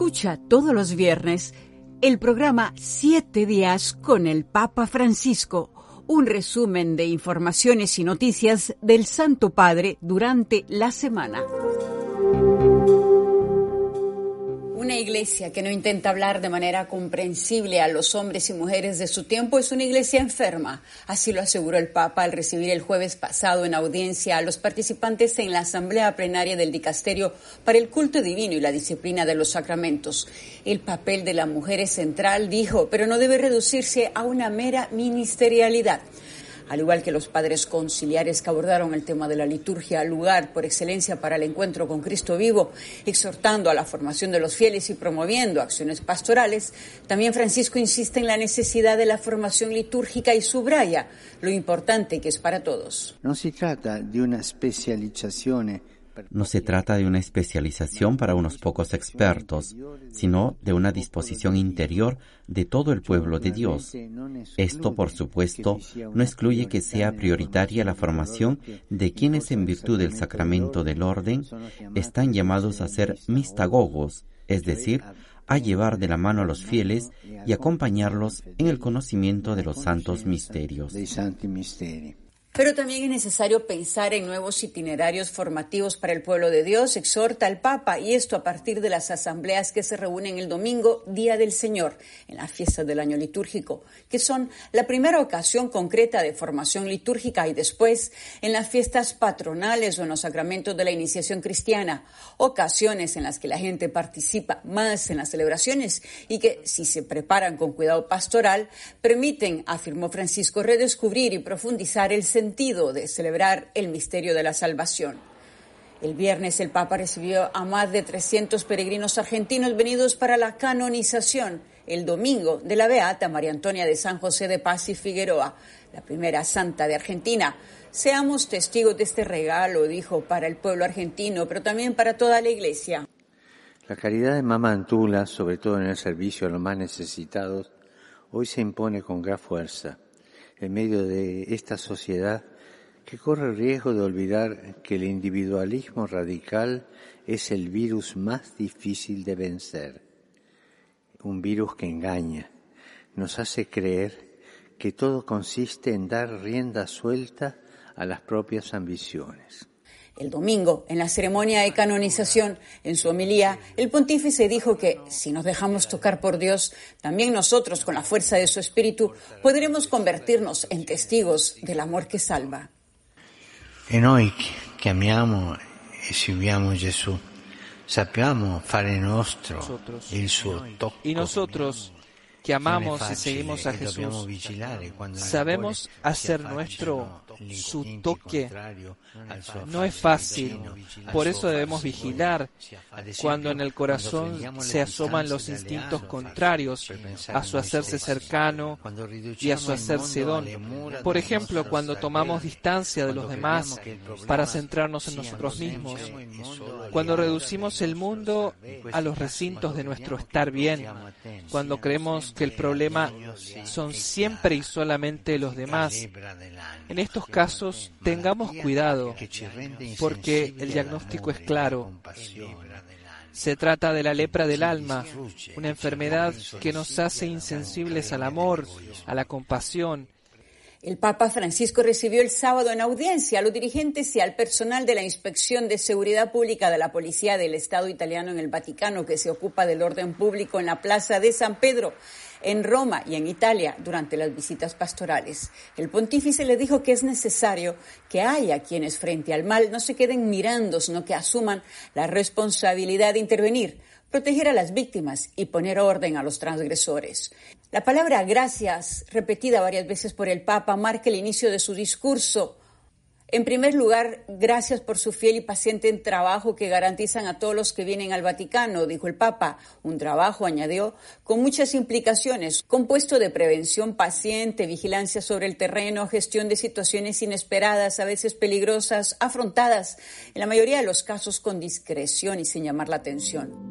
Escucha todos los viernes el programa 7 días con el Papa Francisco, un resumen de informaciones y noticias del Santo Padre durante la semana. Una iglesia que no intenta hablar de manera comprensible a los hombres y mujeres de su tiempo es una iglesia enferma. Así lo aseguró el Papa al recibir el jueves pasado en audiencia a los participantes en la asamblea plenaria del Dicasterio para el culto divino y la disciplina de los sacramentos. El papel de la mujer es central, dijo, pero no debe reducirse a una mera ministerialidad. Al igual que los padres conciliares que abordaron el tema de la liturgia, lugar por excelencia para el encuentro con Cristo vivo, exhortando a la formación de los fieles y promoviendo acciones pastorales, también Francisco insiste en la necesidad de la formación litúrgica y subraya lo importante que es para todos. No se trata de una especialización. No se trata de una especialización para unos pocos expertos, sino de una disposición interior de todo el pueblo de Dios. Esto, por supuesto, no excluye que sea prioritaria la formación de quienes en virtud del sacramento del orden están llamados a ser mistagogos, es decir, a llevar de la mano a los fieles y acompañarlos en el conocimiento de los santos misterios. Pero también es necesario pensar en nuevos itinerarios formativos para el pueblo de Dios, exhorta el Papa, y esto a partir de las asambleas que se reúnen el domingo, Día del Señor, en las fiestas del año litúrgico, que son la primera ocasión concreta de formación litúrgica, y después en las fiestas patronales o en los sacramentos de la iniciación cristiana, ocasiones en las que la gente participa más en las celebraciones y que, si se preparan con cuidado pastoral, permiten, afirmó Francisco, redescubrir y profundizar el sentido de celebrar el misterio de la salvación. El viernes el Papa recibió a más de 300 peregrinos argentinos venidos para la canonización el domingo de la beata María Antonia de San José de Paz y Figueroa, la primera santa de Argentina. Seamos testigos de este regalo, dijo, para el pueblo argentino, pero también para toda la Iglesia. La caridad de Mamá Antula, sobre todo en el servicio a los más necesitados, hoy se impone con gran fuerza en medio de esta sociedad que corre el riesgo de olvidar que el individualismo radical es el virus más difícil de vencer. Un virus que engaña, nos hace creer que todo consiste en dar rienda suelta a las propias ambiciones. El domingo, en la ceremonia de canonización, en su homilía, el pontífice dijo que, si nos dejamos tocar por Dios, también nosotros, con la fuerza de su espíritu, podremos convertirnos en testigos del amor que salva. E noi che amiamo e seguiamo Gesù, sappiamo fare nostro il suo tocco. Y nosotros, que amamos y seguimos a Jesús, sabemos hacer nuestro su toque. No es fácil, por eso debemos vigilar cuando en el corazón se asoman los instintos contrarios a su hacerse cercano y a su hacerse don. Por ejemplo, cuando tomamos distancia de los demás para centrarnos en nosotros mismos, cuando reducimos el mundo a los recintos de nuestro estar bien, cuando creemos que el problema son siempre y solamente los demás. En estos casos, tengamos cuidado, porque el diagnóstico es claro. Se trata de la lepra del alma, una enfermedad que nos hace insensibles al amor, a la compasión. El Papa Francisco recibió el sábado en audiencia a los dirigentes y al personal de la Inspección de Seguridad Pública de la Policía del Estado italiano en el Vaticano, que se ocupa del orden público en la Plaza de San Pedro, en Roma y en Italia, durante las visitas pastorales. El pontífice le dijo que es necesario que haya quienes frente al mal no se queden mirando, sino que asuman la responsabilidad de intervenir, proteger a las víctimas y poner orden a los transgresores. La palabra gracias, repetida varias veces por el Papa, marca el inicio de su discurso. En primer lugar, gracias por su fiel y paciente trabajo que garantizan a todos los que vienen al Vaticano, dijo el Papa. Un trabajo, añadió, con muchas implicaciones, compuesto de prevención paciente, vigilancia sobre el terreno, gestión de situaciones inesperadas, a veces peligrosas, afrontadas, en la mayoría de los casos con discreción y sin llamar la atención.